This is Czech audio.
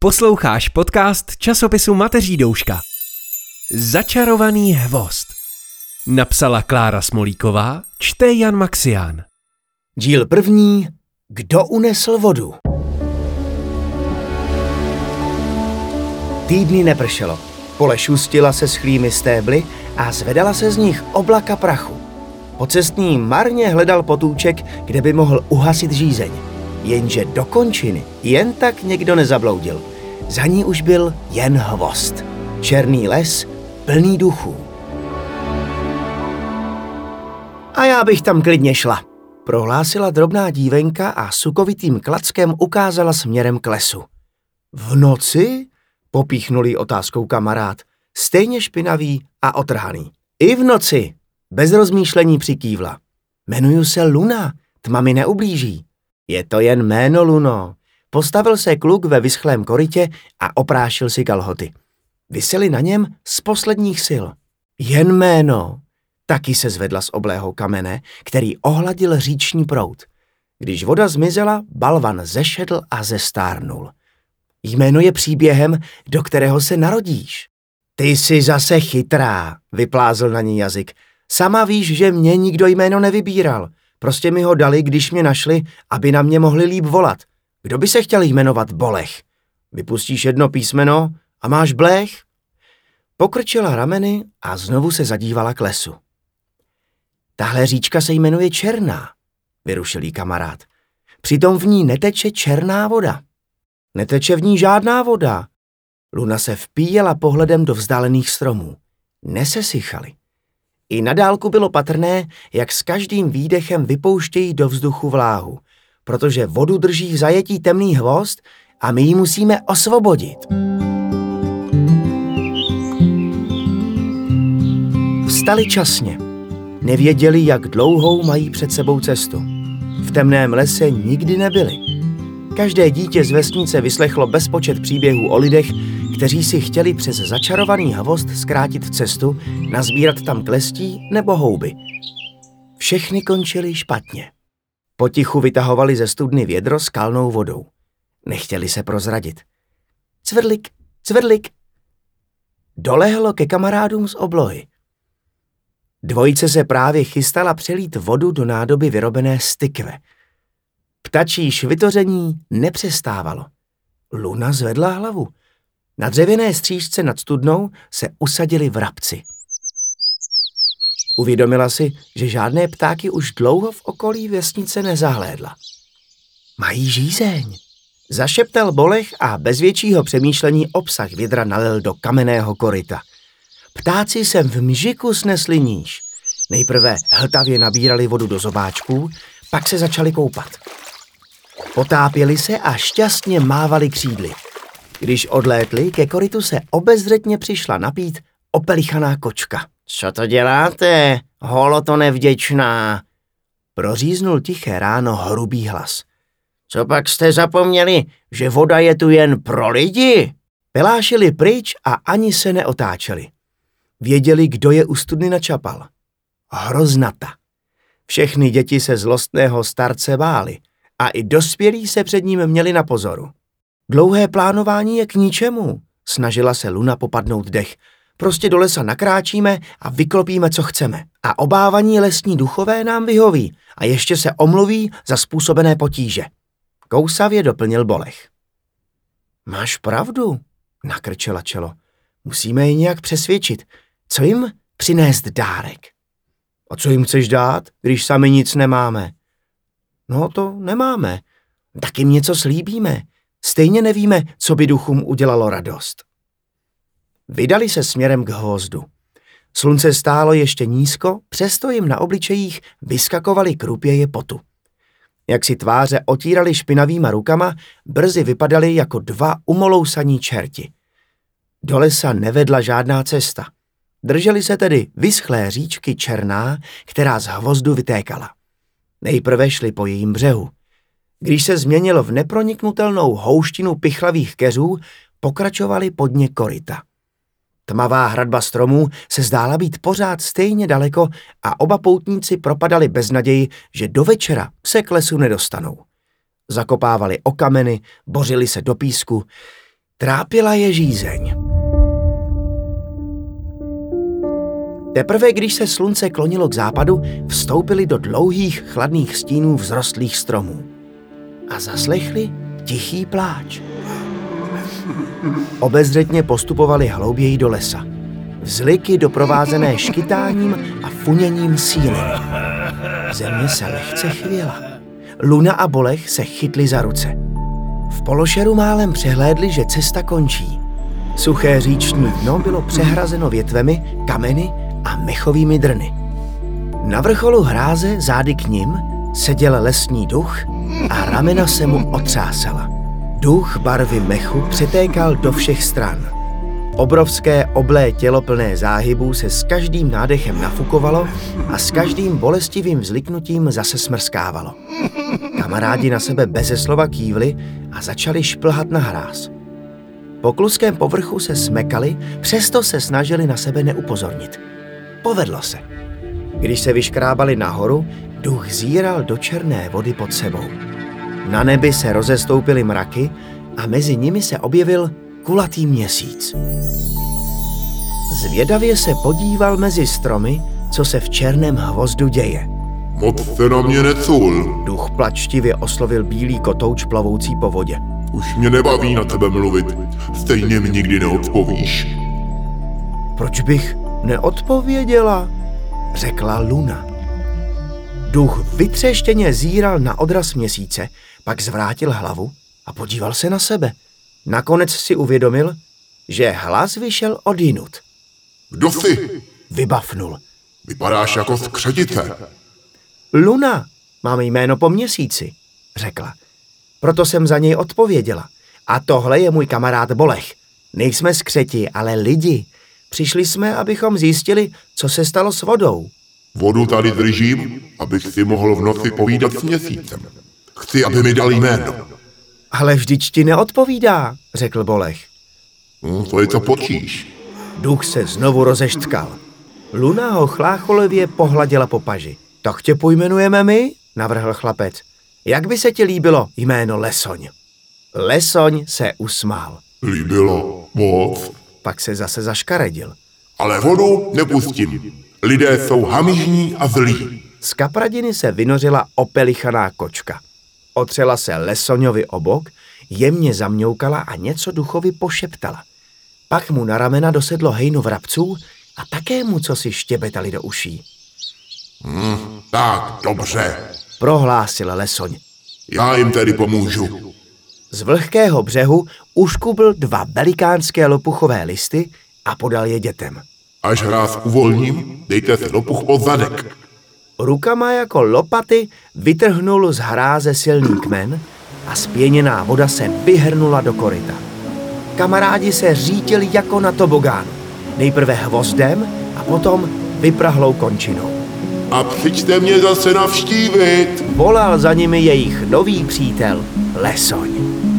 Posloucháš podcast časopisu Mateří douška. Začarovaný hvost. Napsala Klára Smolíková, čte Jan Maxián. Díl první. Kdo unesl vodu? Týdny nepršelo. Pole šustila se schlými stébly a zvedala se z nich oblaka prachu. Pocestný marně hledal potůček, kde by mohl uhasit žízeň. Jenže do končiny jen tak někdo nezabloudil. Za ní už byl jen hvost. Černý les, plný duchů. A já bych tam klidně šla, prohlásila drobná dívenka a sukovitým klackem ukázala směrem k lesu. V noci? Popíchnul jí otázkou kamarád, stejně špinavý a otrhaný. I v noci, bez rozmýšlení přikývla. Jmenuju se Luna, tma mi neublíží. Je to jen jméno, Luno. Postavil se kluk ve vyschlém korytě a oprášil si kalhoty. Visely na něm z posledních sil. Jen jméno. Taky se zvedla z oblého kamene, který ohladil říční proud. Když voda zmizela, balvan zešedl a zestárnul. Jméno je příběhem, do kterého se narodíš. Ty jsi zase chytrá, vyplázl na ní jazyk. Sama víš, že mě nikdo jméno nevybíral. Prostě mi ho dali, když mě našli, aby na mě mohli líp volat. Kdo by se chtěl jmenovat Bolech? Vypustíš jedno písmeno a máš Blech? Pokrčila rameny a znovu se zadívala k lesu. Tahle říčka se jmenuje Černá, vyrušil jí kamarád. Přitom v ní neteče černá voda. Neteče v ní žádná voda. Luna se vpíjela pohledem do vzdálených stromů. Nesesychaly. I na dálku bylo patrné, jak s každým výdechem vypouštějí do vzduchu vláhu, protože vodu drží v zajetí temný hvost a my ji musíme osvobodit. Vstali časně. Nevěděli, jak dlouhou mají před sebou cestu. V temném lese nikdy nebyli. Každé dítě z vesnice vyslechlo bezpočet příběhů o lidech, kteří si chtěli přes začarovaný hvost zkrátit cestu, nazbírat tam klestí nebo houby. Všechny končily špatně. Potichu vytahovali ze studny vědro s kalnou vodou. Nechtěli se prozradit. Cvrlik, cvrlik. Dolehlo ke kamarádům z oblohy. Dvojice se právě chystala přelít vodu do nádoby vyrobené z tykve. Ptačí švitoření nepřestávalo. Luna zvedla hlavu. Na dřevěné stříšce nad studnou se usadili vrabci. Uvědomila si, že žádné ptáky už dlouho v okolí vesnice nezahlédla. Mají žízeň, zašeptal Bolech a bez většího přemýšlení obsah vědra nalil do kamenného koryta. Ptáci sem v mžiku snesli níž. Nejprve hltavě nabírali vodu do zobáčků, pak se začali koupat. Potápěli se a šťastně mávali křídly. Když odlétli, ke korytu se obezřetně přišla napít opelichaná kočka. Co to děláte, holoto nevděčná? Proříznul tiché ráno hrubý hlas. Co pak jste zapomněli, že voda je tu jen pro lidi? Pelášili pryč a ani se neotáčeli. Věděli, kdo je u studny načapal. Hroznata. Všechny děti se zlostného starce bály a i dospělí se před ním měli na pozoru. Dlouhé plánování je k ničemu, snažila se Luna popadnout dech. Prostě do lesa nakráčíme a vyklopíme, co chceme. A obávaní lesní duchové nám vyhoví a ještě se omluví za způsobené potíže. Kousavě doplnil Bolech. Máš pravdu, nakrčela čelo. Musíme je nějak přesvědčit. Co jim přinést dárek? A co jim chceš dát, když sami nic nemáme? No to nemáme. Tak jim něco slíbíme. Stejně nevíme, co by duchům udělalo radost. Vydali se směrem k hvozdu. Slunce stálo ještě nízko, přesto jim na obličejích vyskakovaly krupěje potu. Jak si tváře otírali špinavýma rukama, brzy vypadali jako dva umolousaní čerti. Do lesa nevedla žádná cesta. Drželi se tedy vyschlé říčky Černá, která z hvozdu vytékala. Nejprve šli po jejím břehu. Když se změnilo v neproniknutelnou houštinu pichlavých keřů, pokračovali pod ně koryta. Tmavá hradba stromů se zdála být pořád stejně daleko a oba poutníci propadali bez naději, že do večera se k lesu nedostanou. Zakopávali o kameny, bořili se do písku. Trápila je žízeň. Teprve když se slunce klonilo k západu, vstoupili do dlouhých chladných stínů vzrostlých stromů a zaslechli tichý pláč. Obezřetně postupovali hlouběji do lesa. Vzliky doprovázené škytáním a funěním síly. Země se lehce chvěla. Luna a Bolech se chytli za ruce. V pološeru málem přehlédli, že cesta končí. Suché říční dno bylo přehrazeno větvemi, kameny a mechovými drny. Na vrcholu hráze zády k nim seděl lesní duch a ramena se mu otřásala. Duch barvy mechu přetékal do všech stran. Obrovské oblé tělo plné záhybů se s každým nádechem nafukovalo a s každým bolestivým vzliknutím zase smrskávalo. Kamarádi na sebe beze slova kývli a začali šplhat na hráz. Po kluském povrchu se smekali, přesto se snažili na sebe neupozornit. Povedlo se. Když se vyškrábali nahoru, duch zíral do černé vody pod sebou. Na nebi se rozestoupily mraky a mezi nimi se objevil kulatý měsíc. Zvědavě se podíval mezi stromy, co se v černém hvozdu děje. Moc se na mě necul. Duch plačtivě oslovil bílý kotouč plavoucí po vodě. Už mě nebaví na tebe mluvit. Stejně mi nikdy neodpovíš. Proč bych neodpověděla? Řekla Luna. Duch vytřeštěně zíral na odraz měsíce, pak zvrátil hlavu a podíval se na sebe. Nakonec si uvědomil, že hlas vyšel odjinud. Kdo jsi? Vybafnul. Vypadáš jako skřetice. Luna, mám jméno po měsíci, řekla. Proto jsem za něj odpověděla. A tohle je můj kamarád Bolech. Nejsme skřeti, ale lidi. Přišli jsme, abychom zjistili, co se stalo s vodou. Vodu tady držím, abych si mohl v noci povídat s měsícem. Chci, aby mi dal jméno. Ale vždyť ti neodpovídá, řekl Bolech. To je to potíž. Duch se znovu rozeštkal. Luna ho chlácholivě pohladila po paži. Tak tě pojmenujeme my? Navrhl chlapec. Jak by se ti líbilo jméno Lesoň? Lesoň se usmál. Líbilo moc. Pak se zase zaškaredil. Ale vodu nepustím. Lidé jsou hamižní a zlí. Z kapradiny se vynořila opelichaná kočka. Otřela se Lesoňovi o bok, jemně zamňoukala a něco duchovi pošeptala. Pak mu na ramena dosedlo hejno vrabců a také mu cosi štěbetali do uší. Tak, dobře. Prohlásil Lesoň. Já jim tedy pomůžu. Z vlhkého břehu uškubl 2 velikánské lopuchové listy a podal je dětem. Až hráz uvolním, dejte si lopuch pod zadek. Rukama jako lopaty vytrhnul z hráze silný kmen a spěněná voda se vyhrnula do koryta. Kamarádi se řítili jako na tobogánu. Nejprve hvozdem a potom vyprahlou končinou. A přijďte mě zase navštívit. Volal za nimi jejich nový přítel Lesoň.